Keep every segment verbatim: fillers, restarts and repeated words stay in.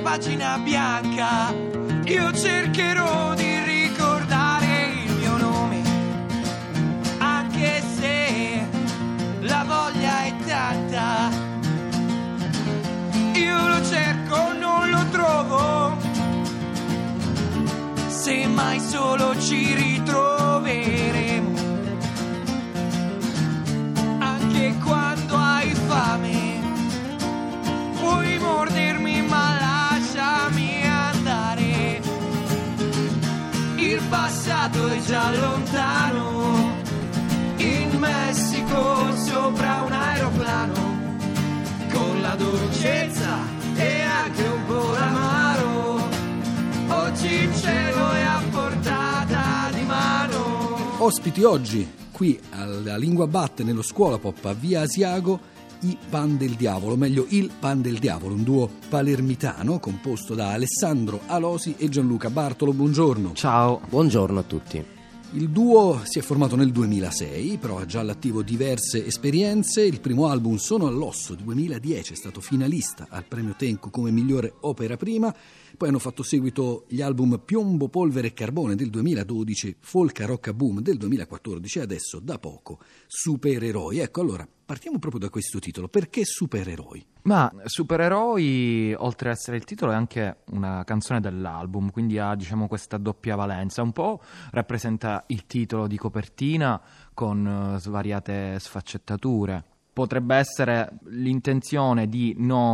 pagina bianca io cercherò di ricordare il mio nome, anche se la voglia è tanta. Io lo cerco, non lo trovo, se mai solo ci ritroveremo, anche quando hai fame. Puoi mordermi ma lasciami andare, il passato è già lontano, in Messico sopra un aeroplano, con la dolcezza e anche un po' l'amaro, oggi il cielo è a portata di mano. Ospiti oggi qui alla Lingua Batte nello Scuola Pop a Via Asiago i Pan del Diavolo, meglio il Pan del Diavolo, un duo palermitano composto da Alessandro Alosi e Gianluca Bartolo. Buongiorno. Ciao, buongiorno a tutti. Il duo si è formato nel duemilasei, però ha già all'attivo diverse esperienze. Il primo album, Sono all'osso, duemiladieci, è stato finalista al premio Tenco come migliore opera prima. Poi hanno fatto seguito gli album Piombo, Polvere e Carbone del duemiladodici, Folka Rocka Boom del duemilaquattordici e adesso da poco Supereroi. Ecco, allora partiamo proprio da questo titolo. Perché Supereroi? Ma Supereroi, oltre ad essere il titolo, è anche una canzone dell'album, quindi ha, diciamo, questa doppia valenza. Un po' rappresenta il titolo di copertina con uh, svariate sfaccettature. Potrebbe essere l'intenzione di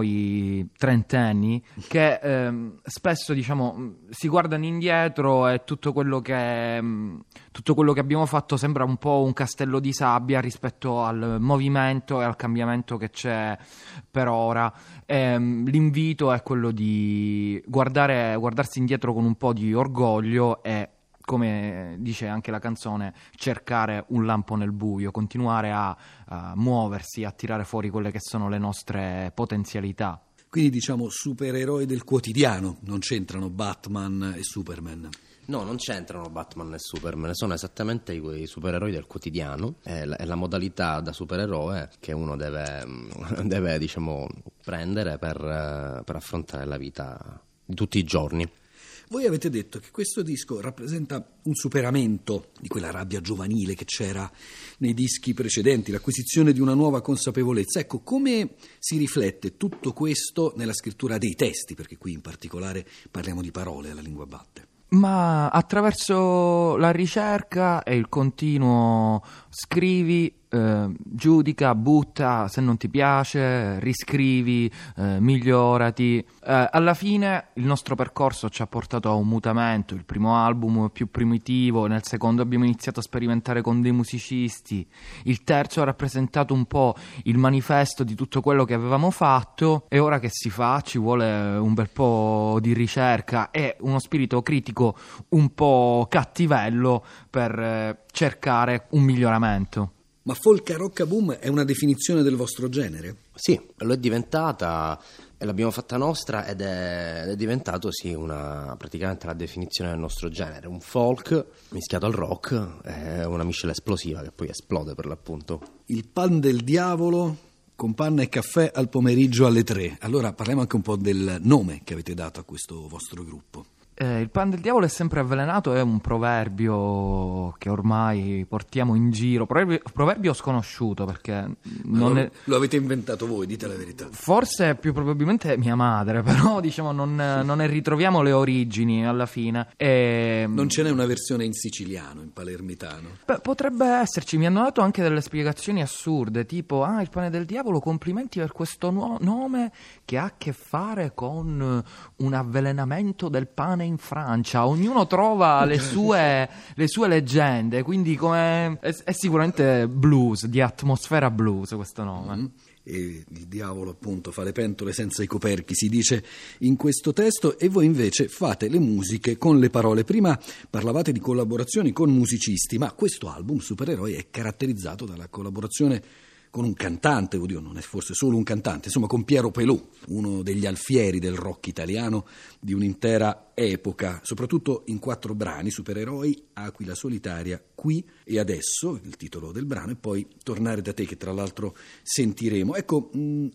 noi trentenni che ehm, spesso, diciamo, si guardano indietro e tutto quello che ehm, tutto quello che abbiamo fatto sembra un po' un castello di sabbia rispetto al movimento e al cambiamento che c'è per ora. Ehm, l'invito è quello di guardare, guardarsi indietro con un po' di orgoglio e, come dice anche la canzone, cercare un lampo nel buio, continuare a, a muoversi, a tirare fuori quelle che sono le nostre potenzialità. Quindi diciamo supereroi del quotidiano, non c'entrano Batman e Superman. No, non c'entrano Batman e Superman, sono esattamente i supereroi del quotidiano, è la, è la modalità da supereroe che uno deve, deve diciamo, prendere per, per affrontare la vita di tutti i giorni. Voi avete detto che questo disco rappresenta un superamento di quella rabbia giovanile che c'era nei dischi precedenti, l'acquisizione di una nuova consapevolezza. Ecco, come si riflette tutto questo nella scrittura dei testi? Perché qui in particolare parliamo di parole alla Lingua Batte. Ma attraverso la ricerca e il continuo scrivi, eh, giudica, butta, se non ti piace, riscrivi, eh, migliorati. Eh, alla fine il nostro percorso ci ha portato a un mutamento. Il primo album più primitivo, nel secondo abbiamo iniziato a sperimentare con dei musicisti, il terzo ha rappresentato un po' il manifesto di tutto quello che avevamo fatto, e ora che si fa ci vuole un bel po' di ricerca e uno spirito critico un po' cattivello per eh, cercare un miglioramento. Ma Folka Rocka Boom è una definizione del vostro genere? Sì, lo è diventata e l'abbiamo fatta nostra ed è, ed è diventato sì una praticamente la definizione del nostro genere, un folk mischiato al rock, è una miscela esplosiva che poi esplode per l'appunto. Il Pan del Diavolo con panna e caffè al pomeriggio alle tre. Allora parliamo anche un po' del nome che avete dato a questo vostro gruppo. Eh, il pan del diavolo è sempre avvelenato è un proverbio che ormai portiamo in giro, proverbio, proverbio sconosciuto perché non lo, è... lo avete inventato voi, dite la verità. Forse più probabilmente mia madre, però diciamo non, non ne ritroviamo le origini alla fine. E... non ce n'è una versione in siciliano, in palermitano? Beh, potrebbe esserci, mi hanno dato anche delle spiegazioni assurde, tipo ah il pane del diavolo, complimenti per questo nuovo nome che ha a che fare con un avvelenamento del pane in Francia. Ognuno trova le sue, le sue leggende, quindi come è, è sicuramente blues, di atmosfera blues questo nome. Mm-hmm. E il diavolo appunto fa le pentole senza i coperchi, si dice in questo testo, e voi invece fate le musiche con le parole. Prima parlavate di collaborazioni con musicisti, ma questo album Supereroi è caratterizzato dalla collaborazione con un cantante, oddio non è forse solo un cantante, insomma con Piero Pelù, uno degli alfieri del rock italiano di un'intera epoca, soprattutto in quattro brani: Supereroi, Aquila solitaria, Qui e adesso, il titolo del brano, e poi Tornare da te, che tra l'altro sentiremo. Ecco, mh,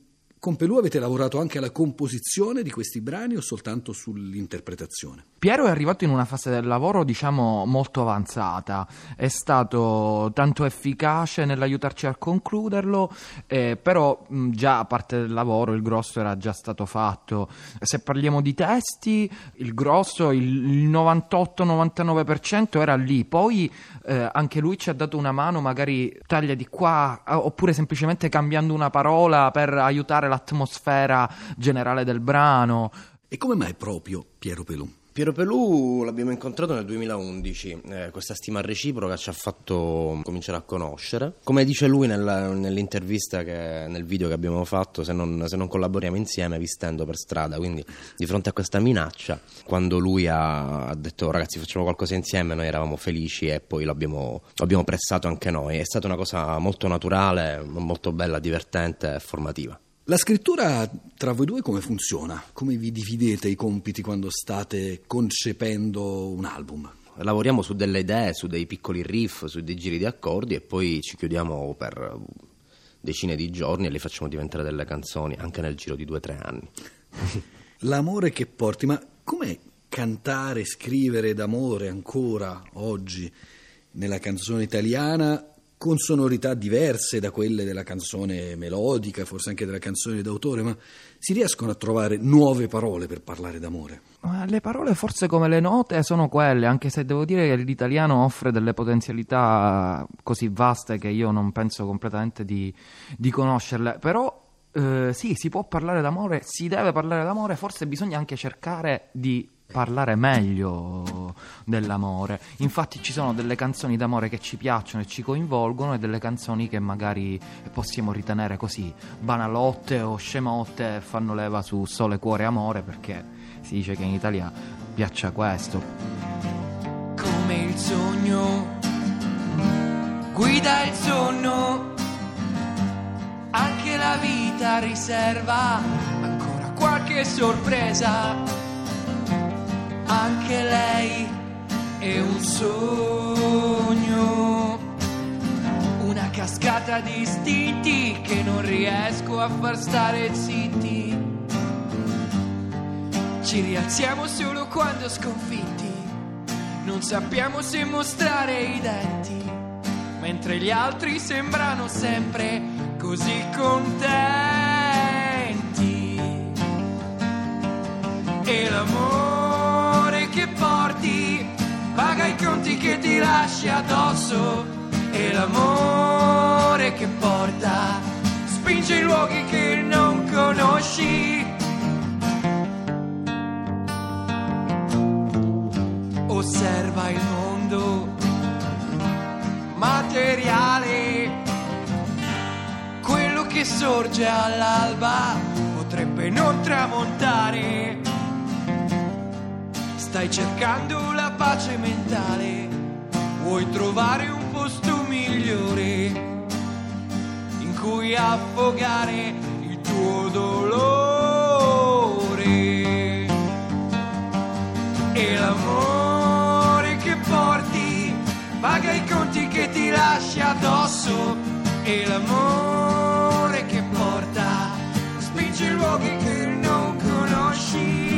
Con Pelù avete lavorato anche alla composizione di questi brani o soltanto sull'interpretazione? Piero è arrivato in una fase del lavoro, diciamo, molto avanzata. È stato tanto efficace nell'aiutarci a concluderlo, eh, però mh, già a parte del lavoro il grosso era già stato fatto. Se parliamo di testi, il grosso, il, il novantotto novantanove per cento era lì. Poi eh, anche lui ci ha dato una mano, magari taglia di qua, oppure semplicemente cambiando una parola per aiutare l'atmosfera generale del brano. E come mai proprio Piero Pelù? Piero Pelù l'abbiamo incontrato nel duemilaundici, eh, questa stima reciproca ci ha fatto cominciare a conoscere. Come dice lui nella, nell'intervista, che, nel video che abbiamo fatto, se non, se non collaboriamo insieme vi stendo per strada, quindi di fronte a questa minaccia, quando lui ha, ha detto ragazzi facciamo qualcosa insieme, noi eravamo felici e poi l'abbiamo, l'abbiamo pressato anche noi. È stata una cosa molto naturale, molto bella, divertente e formativa. La scrittura tra voi due come funziona? Come vi dividete i compiti quando state concependo un album? Lavoriamo su delle idee, su dei piccoli riff, su dei giri di accordi e poi ci chiudiamo per decine di giorni e li facciamo diventare delle canzoni, anche nel giro di due o tre anni. L'amore che porti, ma com'è cantare, scrivere d'amore ancora oggi nella canzone italiana, con sonorità diverse da quelle della canzone melodica, forse anche della canzone d'autore, ma si riescono a trovare nuove parole per parlare d'amore? Ma le parole, forse come le note, sono quelle, anche se devo dire che l'italiano offre delle potenzialità così vaste che io non penso completamente di, di conoscerle. Però eh, sì, si può parlare d'amore, si deve parlare d'amore, forse bisogna anche cercare di parlare meglio dell'amore. Infatti ci sono delle canzoni d'amore che ci piacciono e ci coinvolgono e delle canzoni che magari possiamo ritenere così banalotte o scemotte, fanno leva su sole, cuore, amore, perché si dice che in Italia piaccia questo. Come il sogno guida il sonno, anche la vita riserva ancora qualche sorpresa. Anche lei è un sogno, una cascata di istinti che non riesco a far stare zitti. Ci rialziamo solo quando sconfitti, non sappiamo se mostrare i denti, mentre gli altri sembrano sempre così contenti. E l'amore che porti paga i conti che ti lasci addosso, e l'amore che porta spinge in luoghi che non conosci. Osserva il mondo materiale, quello che sorge all'alba potrebbe non tramontare. Stai cercando la pace mentale, vuoi trovare un posto migliore in cui affogare il tuo dolore. E l'amore che porti paga i conti che ti lasci addosso, e l'amore che porta spinge in luoghi che non conosci.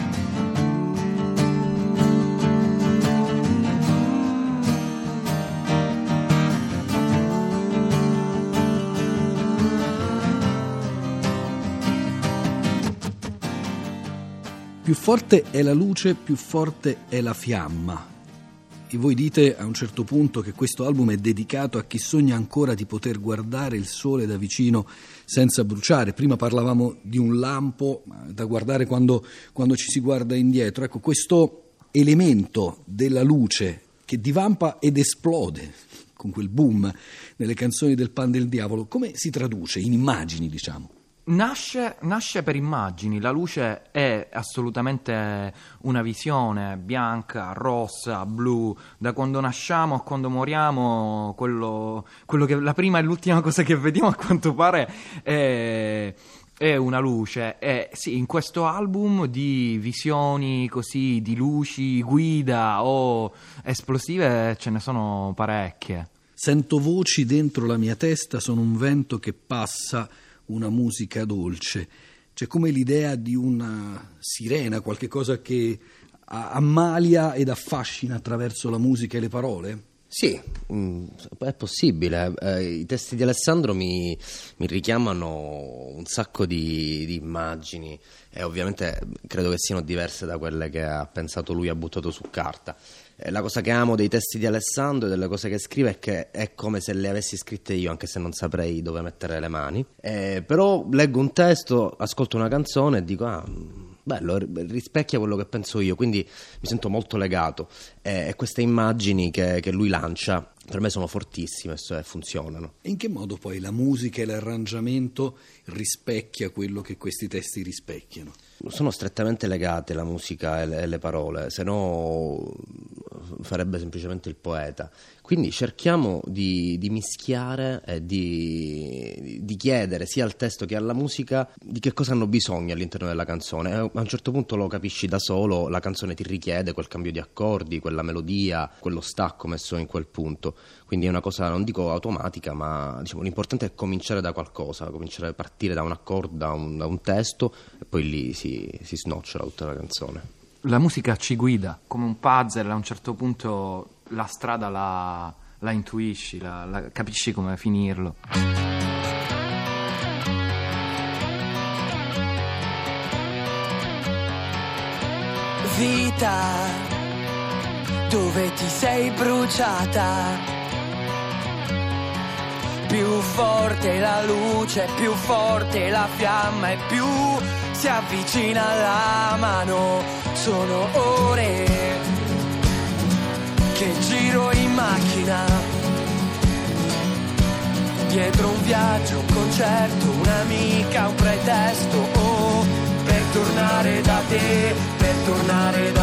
Più forte è la luce, più forte è la fiamma. E voi dite a un certo punto che questo album è dedicato a chi sogna ancora di poter guardare il sole da vicino senza bruciare. Prima parlavamo di un lampo da guardare quando, quando ci si guarda indietro. Ecco, questo elemento della luce che divampa ed esplode con quel boom nelle canzoni del Pan del Diavolo, come si traduce in immagini, diciamo? Nasce, nasce per immagini, la luce è assolutamente una visione bianca, rossa, blu, da quando nasciamo a quando moriamo, quello, quello che la prima e l'ultima cosa che vediamo a quanto pare è, è una luce. E sì, in questo album di visioni così, di luci, guida o esplosive ce ne sono parecchie. Sento voci dentro la mia testa, sono un vento che passa, una musica dolce. C'è come l'idea di una sirena, qualche cosa che ammalia ed affascina attraverso la musica e le parole? Sì, è possibile. Eh, I testi di Alessandro mi, mi richiamano un sacco di, di immagini e ovviamente credo che siano diverse da quelle che ha pensato lui, ha buttato su carta. Eh, la cosa che amo dei testi di Alessandro e delle cose che scrive è che è come se le avessi scritte io, anche se non saprei dove mettere le mani. Eh, però leggo un testo, ascolto una canzone e dico ah, bello, rispecchia quello che penso io, quindi mi sento molto legato e, e queste immagini che, che lui lancia per me sono fortissime e funzionano. E in che modo poi la musica e l'arrangiamento rispecchia quello che questi testi rispecchiano? Sono strettamente legate la musica e le, e le parole, se no farebbe semplicemente il poeta. Quindi cerchiamo di, di mischiare e di, di chiedere sia al testo che alla musica di che cosa hanno bisogno all'interno della canzone. A un certo punto lo capisci da solo, la canzone ti richiede quel cambio di accordi, quella melodia, quello stacco messo in quel punto. Quindi è una cosa, non dico automatica, ma diciamo, l'importante è cominciare da qualcosa, cominciare a partire da un accordo, da un, da un testo e poi lì si, si snocciola tutta la canzone. La musica ci guida come un puzzle, a un certo punto la strada la, la intuisci, la, la, capisci come finirlo. Vita, dove ti sei bruciata? Più forte la luce, più forte la fiamma e più si avvicina alla mano. Sono ore che giro in macchina, dietro un viaggio, un concerto, un'amica, un pretesto, oh, per tornare da te, per tornare da